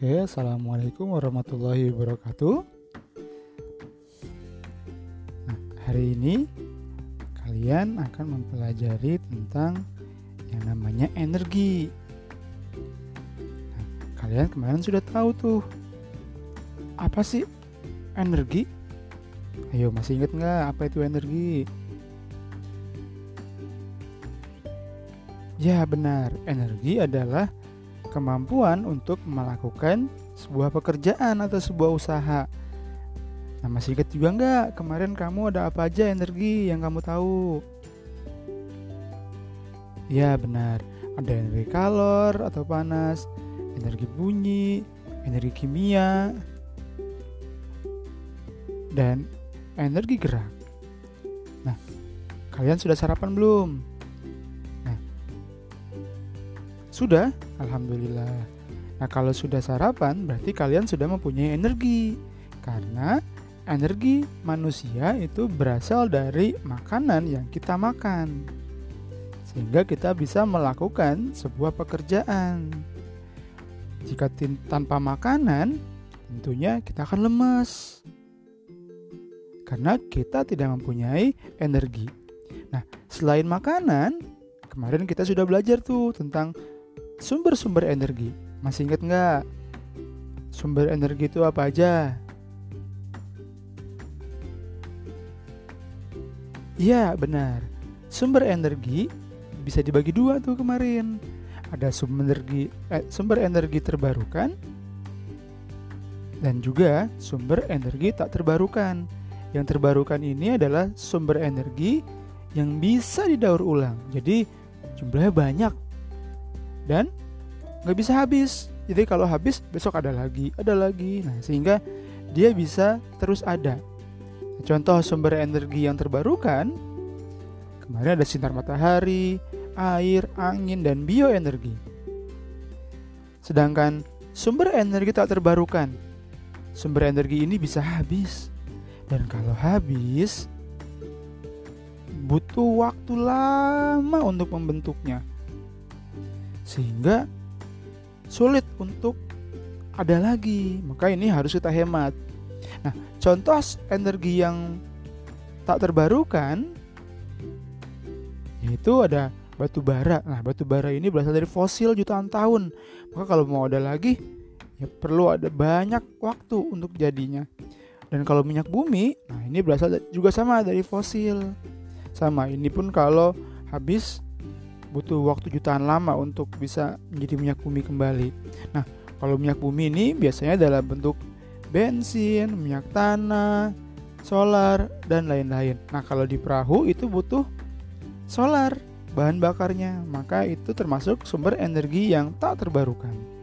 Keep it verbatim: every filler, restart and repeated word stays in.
Oke, assalamualaikum warahmatullahi wabarakatuh. Nah, hari ini kalian akan mempelajari tentang yang namanya energi. Nah, kalian kemarin sudah tahu tuh apa sih energi? Ayo, masih ingat nggak apa itu energi? Ya benar, energi adalah kemampuan untuk melakukan sebuah pekerjaan atau sebuah usaha. Nah, masih ingat juga nggak kemarin kamu ada apa aja energi yang kamu tahu? Ya benar, ada energi kalor atau panas, energi bunyi, energi kimia, dan energi gerak. Nah, kalian sudah sarapan belum? Nah, sudah? Alhamdulillah. Nah, kalau sudah sarapan berarti kalian sudah mempunyai energi. Karena energi manusia itu berasal dari makanan yang kita makan. Sehingga kita bisa melakukan sebuah pekerjaan. Jika tin- tanpa makanan, tentunya kita akan lemas. Karena kita tidak mempunyai energi. Nah, selain makanan, kemarin kita sudah belajar tuh tentang sumber-sumber energi. Masih ingat nggak? Sumber energi itu apa aja? Iya, benar. Sumber energi bisa dibagi dua tuh kemarin. Ada sumber energi, eh, sumber energi terbarukan dan juga sumber energi tak terbarukan. Yang terbarukan ini adalah sumber energi yang bisa didaur ulang. Jadi jumlahnya banyak dan nggak bisa habis. Jadi kalau habis besok ada lagi, ada lagi. Nah, sehingga dia bisa terus ada. Contoh sumber energi yang terbarukan kemarin ada sinar matahari, air, angin, dan bioenergi. Sedangkan sumber energi tak terbarukan, sumber energi ini bisa habis. Dan kalau habis butuh waktu lama untuk membentuknya, sehingga sulit untuk ada lagi. Maka ini harus kita hemat. Nah, contoh energi yang tak terbarukan yaitu ada batu bara. Nah, batu bara ini berasal dari fosil jutaan tahun. Maka kalau mau ada lagi, ya perlu ada banyak waktu untuk jadinya. Dan kalau minyak bumi, nah ini berasal juga sama dari fosil. Sama, ini pun kalau habis butuh waktu jutaan lama untuk bisa menjadi minyak bumi kembali. Nah, kalau minyak bumi ini biasanya dalam bentuk bensin, minyak tanah, solar, dan lain-lain. Nah, kalau di perahu itu butuh solar, bahan bakarnya. Maka itu termasuk sumber energi yang tak terbarukan.